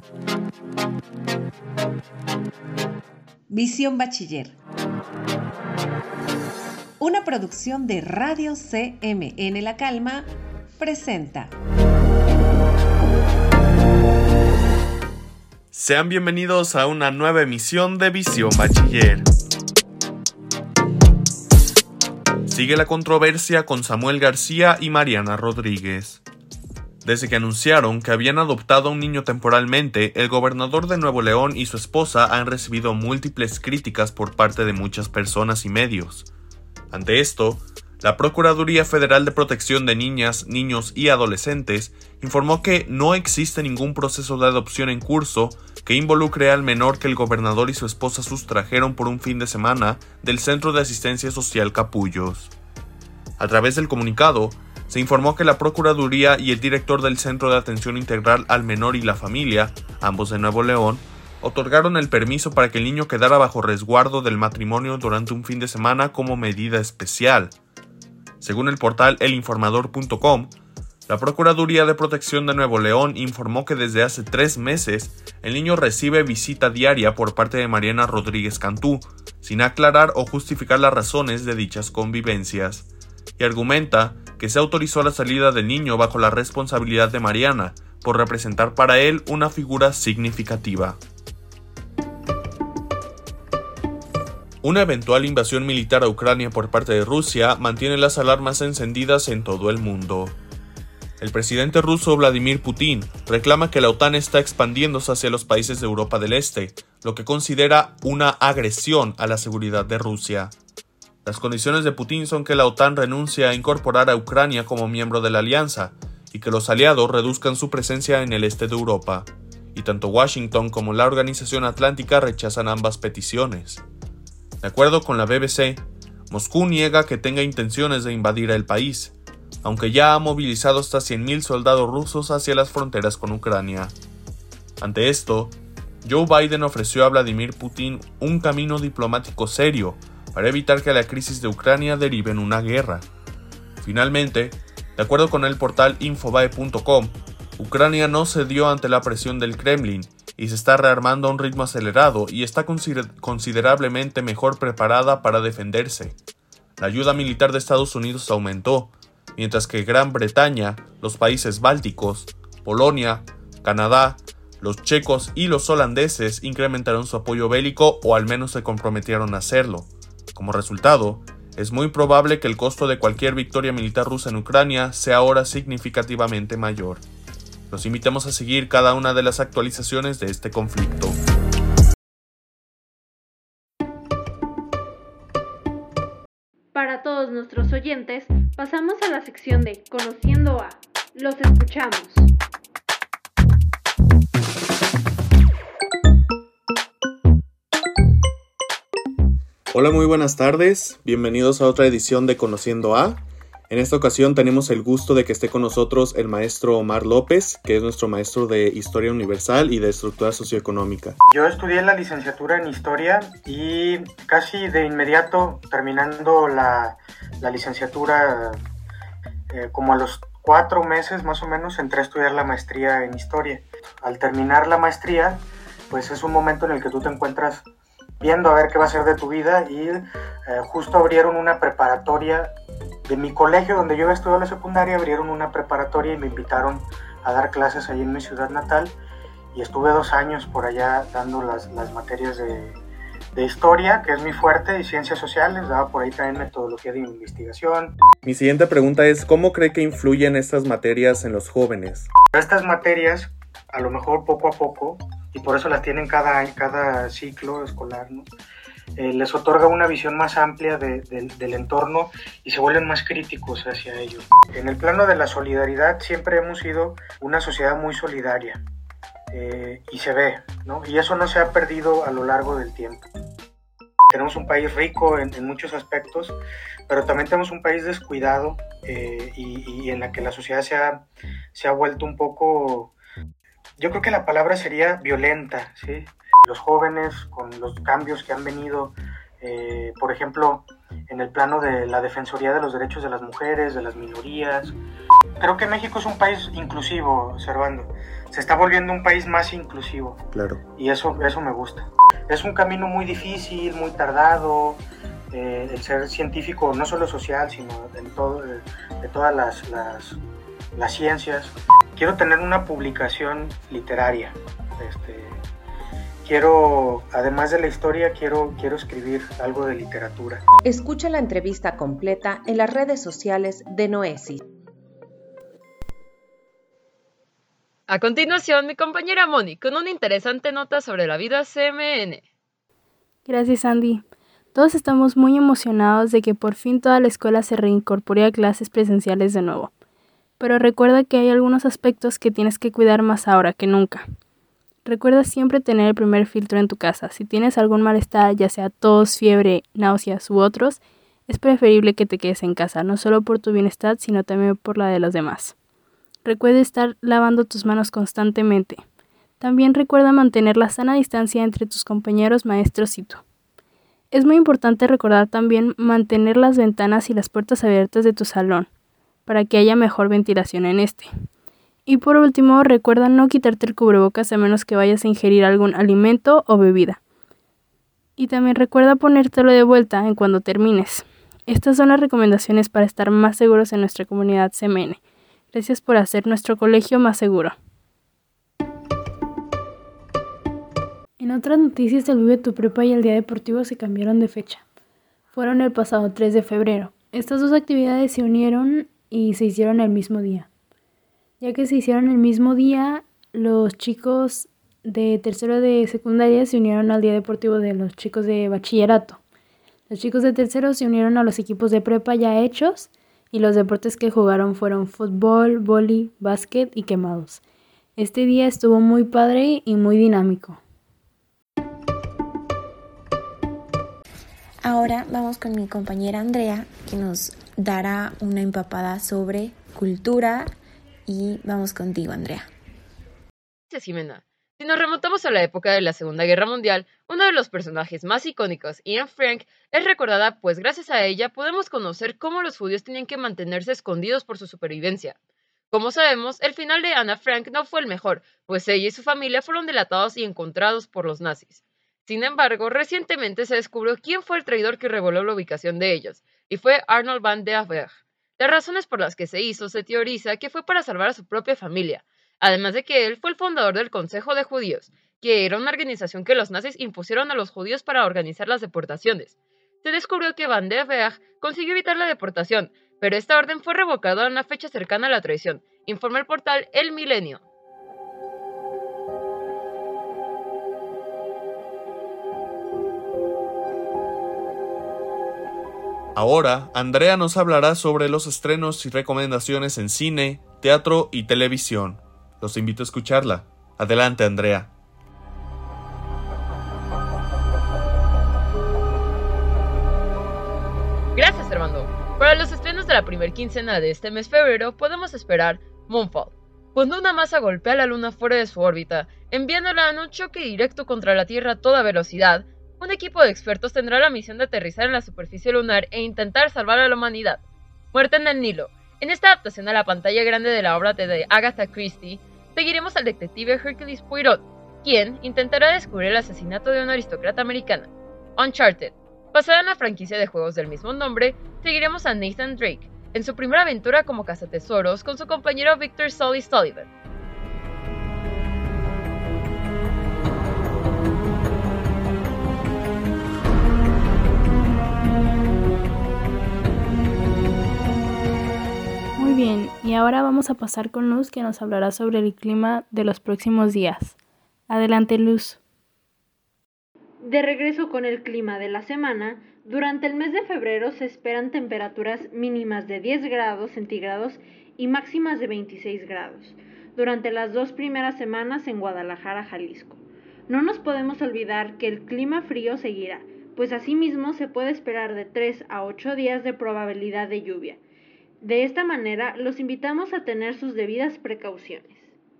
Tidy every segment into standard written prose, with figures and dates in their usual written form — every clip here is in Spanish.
Visión Bachiller. Una producción de Radio CMN La Calma presenta. Sean bienvenidos a una nueva emisión de Visión Bachiller. Sigue la controversia con Samuel García y Mariana Rodríguez. Desde que anunciaron que habían adoptado a un niño temporalmente, el gobernador de Nuevo León y su esposa han recibido múltiples críticas por parte de muchas personas y medios. Ante esto, la Procuraduría Federal de Protección de Niñas, Niños y Adolescentes informó que no existe ningún proceso de adopción en curso que involucre al menor que el gobernador y su esposa sustrajeron por un fin de semana del Centro de Asistencia Social Capullos. A través del comunicado, se informó que la Procuraduría y el director del Centro de Atención Integral al Menor y la Familia, ambos de Nuevo León, otorgaron el permiso para que el niño quedara bajo resguardo del matrimonio durante un fin de semana como medida especial. Según el portal elinformador.com, la Procuraduría de Protección de Nuevo León informó que desde hace 3 meses el niño recibe visita diaria por parte de Mariana Rodríguez Cantú, sin aclarar o justificar las razones de dichas convivencias, y argumenta que se autorizó la salida del niño bajo la responsabilidad de Mariana, por representar para él una figura significativa. Una eventual invasión militar a Ucrania por parte de Rusia mantiene las alarmas encendidas en todo el mundo. El presidente ruso Vladimir Putin reclama que la OTAN está expandiéndose hacia los países de Europa del Este, lo que considera una agresión a la seguridad de Rusia. Las condiciones de Putin son que la OTAN renuncie a incorporar a Ucrania como miembro de la alianza y que los aliados reduzcan su presencia en el este de Europa, y tanto Washington como la Organización Atlántica rechazan ambas peticiones. De acuerdo con la BBC, Moscú niega que tenga intenciones de invadir el país, aunque ya ha movilizado hasta 100.000 soldados rusos hacia las fronteras con Ucrania. Ante esto, Joe Biden ofreció a Vladimir Putin un camino diplomático serio para evitar que la crisis de Ucrania derive en una guerra. Finalmente, de acuerdo con el portal Infobae.com, Ucrania no cedió ante la presión del Kremlin y se está rearmando a un ritmo acelerado y está considerablemente mejor preparada para defenderse. La ayuda militar de Estados Unidos aumentó, mientras que Gran Bretaña, los países bálticos, Polonia, Canadá, los checos y los holandeses incrementaron su apoyo bélico o al menos se comprometieron a hacerlo. Como resultado, es muy probable que el costo de cualquier victoria militar rusa en Ucrania sea ahora significativamente mayor. Los invitamos a seguir cada una de las actualizaciones de este conflicto. Para todos nuestros oyentes, pasamos a la sección de Conociendo a. Los escuchamos. Hola, muy buenas tardes. Bienvenidos a otra edición de Conociendo a. En esta ocasión tenemos el gusto de que esté con nosotros el maestro Omar López, que es nuestro maestro de Historia Universal y de Estructura Socioeconómica. Yo estudié la licenciatura en Historia y casi de inmediato, terminando la licenciatura, como a los 4 meses más o menos, entré a estudiar la maestría en Historia. Al terminar la maestría, pues es un momento en el que tú te encuentras viendo a ver qué va a ser de tu vida y justo abrieron una preparatoria de mi colegio donde yo había estudiado la secundaria, abrieron una preparatoria y me invitaron a dar clases ahí en mi ciudad natal y estuve 2 años por allá dando las materias de historia, que es mi fuerte, y ciencias sociales, daba por ahí también metodología de investigación. Mi siguiente pregunta es, ¿cómo cree que influyen estas materias en los jóvenes? Estas materias, a lo mejor poco a poco, y por eso las tienen cada ciclo escolar, ¿no? Les otorga una visión más amplia del entorno y se vuelven más críticos hacia ellos. En el plano de la solidaridad siempre hemos sido una sociedad muy solidaria y se ve, ¿no? Y eso no se ha perdido a lo largo del tiempo. Tenemos un país rico en muchos aspectos, pero también tenemos un país descuidado y en la que la sociedad se ha vuelto un poco, yo creo que la palabra sería violenta, ¿sí? Los jóvenes, con los cambios que han venido, por ejemplo, en el plano de la defensoría de los derechos de las mujeres, de las minorías. Creo que México es un país inclusivo, Servando. se está volviendo un país más inclusivo. Claro. Y eso me gusta. Es un camino muy difícil, muy tardado, el ser científico, no solo social, sino de todas las ciencias. Quiero tener una publicación literaria. Además de la historia, quiero escribir algo de literatura. Escucha la entrevista completa en las redes sociales de Noesis. A continuación, mi compañera Moni, con una interesante nota sobre la vida CMN. Gracias, Andy. Todos estamos muy emocionados de que por fin toda la escuela se reincorpore a clases presenciales de nuevo. Pero recuerda que hay algunos aspectos que tienes que cuidar más ahora que nunca. Recuerda siempre tener el primer filtro en tu casa. Si tienes algún malestar, ya sea tos, fiebre, náuseas u otros, es preferible que te quedes en casa, no solo por tu bienestar, sino también por la de los demás. Recuerda estar lavando tus manos constantemente. También recuerda mantener la sana distancia entre tus compañeros, maestros y tú. Es muy importante recordar también mantener las ventanas y las puertas abiertas de tu salón, para que haya mejor ventilación en este. Y por último, recuerda no quitarte el cubrebocas a menos que vayas a ingerir algún alimento o bebida. Y también recuerda ponértelo de vuelta en cuando termines. Estas son las recomendaciones para estar más seguros en nuestra comunidad CMN. Gracias por hacer nuestro colegio más seguro. En otras noticias del Vive tu Prepa y el Día Deportivo se cambiaron de fecha. Fueron el pasado 3 de febrero. Estas dos actividades se unieron y se hicieron el mismo día. Ya que se hicieron el mismo día, los chicos de tercero de secundaria se unieron al Día Deportivo de los chicos de bachillerato. Los chicos de tercero se unieron a los equipos de prepa ya hechos y los deportes que jugaron fueron fútbol, vóley, básquet y quemados. Este día estuvo muy padre y muy dinámico. Ahora vamos con mi compañera Andrea, que nos dará una empapada sobre cultura, y vamos contigo, Andrea. Gracias, Jimena. Si nos remontamos a la época de la Segunda Guerra Mundial, uno de los personajes más icónicos, Anne Frank, es recordada pues gracias a ella podemos conocer cómo los judíos tenían que mantenerse escondidos por su supervivencia. Como sabemos, el final de Anne Frank no fue el mejor, pues ella y su familia fueron delatados y encontrados por los nazis. Sin embargo, recientemente se descubrió quién fue el traidor que reveló la ubicación de ellos, y fue Arnold van der Wehr. Las razones por las que se hizo se teoriza que fue para salvar a su propia familia, además de que él fue el fundador del Consejo de Judíos, que era una organización que los nazis impusieron a los judíos para organizar las deportaciones. Se descubrió que van der Wehr consiguió evitar la deportación, pero esta orden fue revocada en una fecha cercana a la traición, informa el portal El Milenio. Ahora, Andrea nos hablará sobre los estrenos y recomendaciones en cine, teatro y televisión. Los invito a escucharla. Adelante, Andrea. Gracias, Armando. Para los estrenos de la primer quincena de este mes febrero podemos esperar Moonfall, cuando una masa golpea la luna fuera de su órbita, enviándola en un choque directo contra la Tierra a toda velocidad. Un equipo de expertos tendrá la misión de aterrizar en la superficie lunar e intentar salvar a la humanidad. Muerte en el Nilo. En esta adaptación a la pantalla grande de la obra de Agatha Christie, seguiremos al detective Hercules Poirot, quien intentará descubrir el asesinato de una aristócrata americana. Uncharted. Basada en la franquicia de juegos del mismo nombre, seguiremos a Nathan Drake en su primera aventura como cazatesoros con su compañero Victor Sully Sullivan. Muy bien, y ahora vamos a pasar con Luz, que nos hablará sobre el clima de los próximos días. Adelante, Luz. De regreso con el clima de la semana, durante el mes de febrero se esperan temperaturas mínimas de 10 grados centígrados y máximas de 26 grados, durante las 2 primeras semanas en Guadalajara, Jalisco. No nos podemos olvidar que el clima frío seguirá, pues asimismo se puede esperar de 3 a 8 días de probabilidad de lluvia. De esta manera, los invitamos a tener sus debidas precauciones.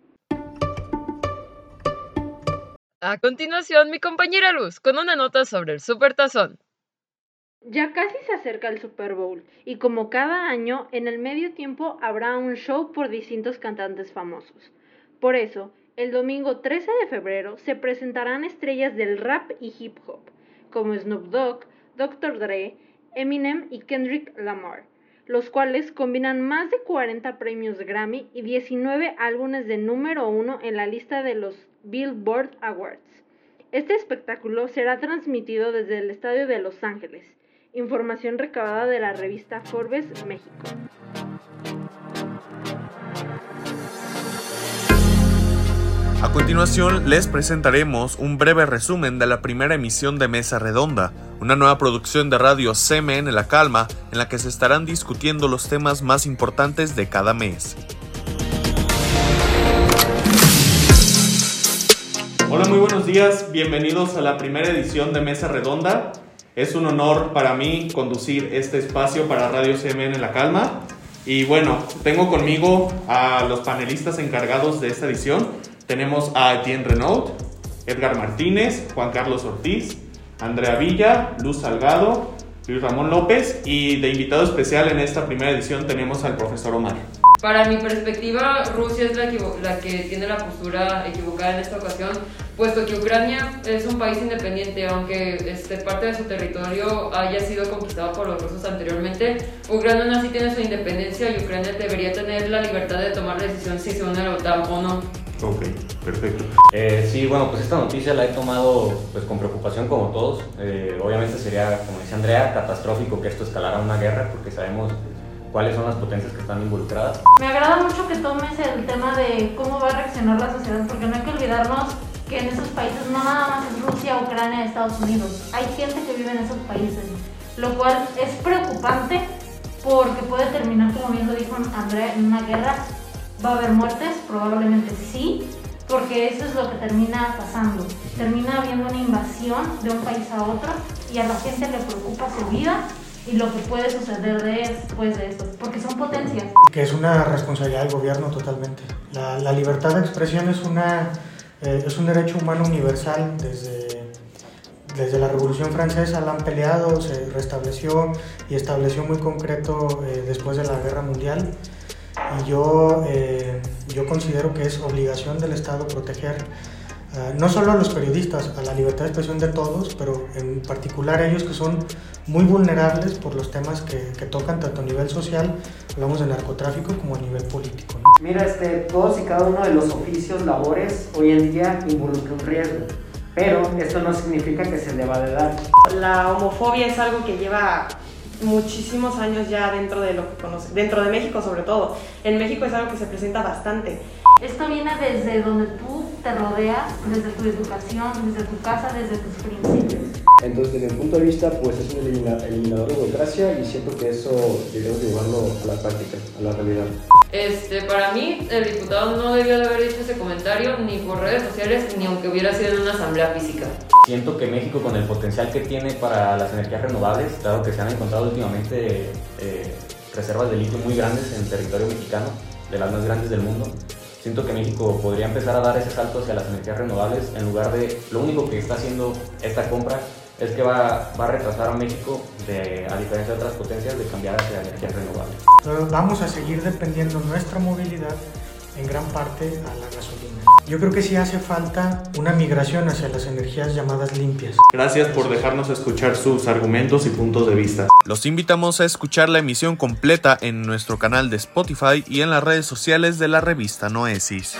A continuación, mi compañera Luz, con una nota sobre el Supertazón. Ya casi se acerca el Super Bowl, y como cada año, en el medio tiempo habrá un show por distintos cantantes famosos. Por eso, el domingo 13 de febrero se presentarán estrellas del rap y hip hop, como Snoop Dogg, Dr. Dre, Eminem y Kendrick Lamar, los cuales combinan más de 40 premios Grammy y 19 álbumes de número 1 en la lista de los Billboard Awards. Este espectáculo será transmitido desde el estadio de Los Ángeles. Información recabada de la revista Forbes México. A continuación, les presentaremos un breve resumen de la primera emisión de Mesa Redonda, una nueva producción de Radio CMN La Calma, en la que se estarán discutiendo los temas más importantes de cada mes. Hola, muy buenos días, bienvenidos a la primera edición de Mesa Redonda. Es un honor para mí conducir este espacio para Radio CMN La Calma. Y bueno, tengo conmigo a los panelistas encargados de esta edición. Tenemos a Etienne Renaud, Edgar Martínez, Juan Carlos Ortiz, Andrea Villa, Luz Salgado, Luis Ramón López, y de invitado especial en esta primera edición tenemos al profesor Omar. Para mi perspectiva, Rusia es la que tiene la postura equivocada en esta ocasión, puesto que Ucrania es un país independiente, aunque parte de su territorio haya sido conquistado por los rusos anteriormente. Ucrania aún así tiene su independencia y Ucrania debería tener la libertad de tomar la decisión si se une a la OTAN o no. Ok, perfecto. Sí, bueno, pues esta noticia la he tomado pues con preocupación como todos. Obviamente sería, como dice Andrea, catastrófico que esto escalara a una guerra, porque sabemos cuáles son las potencias que están involucradas. Me agrada mucho que tomes el tema de cómo va a reaccionar la sociedad, porque no hay que olvidarnos que en esos países no nada más es Rusia, Ucrania, Estados Unidos. Hay gente que vive en esos países, lo cual es preocupante porque puede terminar, como bien lo dijo Andrea, en una guerra. ¿Va a haber muertes? Probablemente sí, porque eso es lo que termina pasando. Termina habiendo una invasión de un país a otro y a la gente le preocupa su vida y lo que puede suceder después de esto, porque son potencias. Que es una responsabilidad del gobierno totalmente. La libertad de expresión es un derecho humano universal. Desde la Revolución Francesa la han peleado, se restableció y estableció muy concreto después de la Guerra Mundial. Y yo considero que es obligación del Estado proteger no solo a los periodistas, a la libertad de expresión de todos, pero en particular a ellos que son muy vulnerables por los temas que tocan tanto a nivel social, hablamos de narcotráfico, como a nivel político, ¿no? Mira, todos y cada uno de los oficios, labores, hoy en día involucra un riesgo, pero esto no significa que se deba de dar. La homofobia es algo que lleva muchísimos años ya dentro de lo que conoce, dentro de México sobre todo. En México es algo que se presenta bastante. Esto viene desde donde tú te rodeas, desde tu educación, desde tu casa, desde tus principios. Entonces, desde mi punto de vista, pues es un eliminador de burocracia y siento que eso debemos llevarlo a la práctica, a la realidad. Para mí, el diputado no debió de haber hecho ese comentario ni por redes sociales ni aunque hubiera sido en una asamblea física. Siento que México, con el potencial que tiene para las energías renovables, dado que se han encontrado últimamente reservas de litio muy grandes en el territorio mexicano, de las más grandes del mundo, siento que México podría empezar a dar ese salto hacia las energías renovables, en lugar de lo único que está haciendo esta compra es que va a retrasar a México, a diferencia de otras potencias, de cambiar hacia energías renovables. Entonces vamos a seguir dependiendo nuestra movilidad en gran parte a la gasolina. Yo creo que sí hace falta una migración hacia las energías llamadas limpias. Gracias por dejarnos escuchar sus argumentos y puntos de vista. Los invitamos a escuchar la emisión completa en nuestro canal de Spotify y en las redes sociales de la revista Noesis.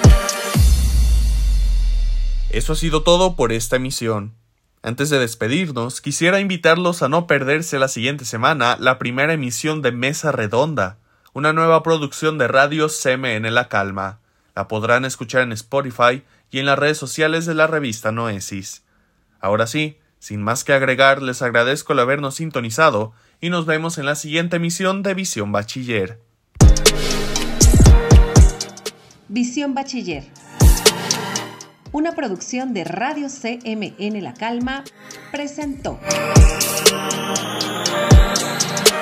Eso ha sido todo por esta emisión. Antes de despedirnos, quisiera invitarlos a no perderse la siguiente semana la primera emisión de Mesa Redonda, una nueva producción de Radio CMN La Calma. La podrán escuchar en Spotify y en las redes sociales de la revista Noesis. Ahora sí, sin más que agregar, les agradezco el habernos sintonizado y nos vemos en la siguiente emisión de Visión Bachiller. Visión Bachiller. Una producción de Radio CMN La Calma presentó.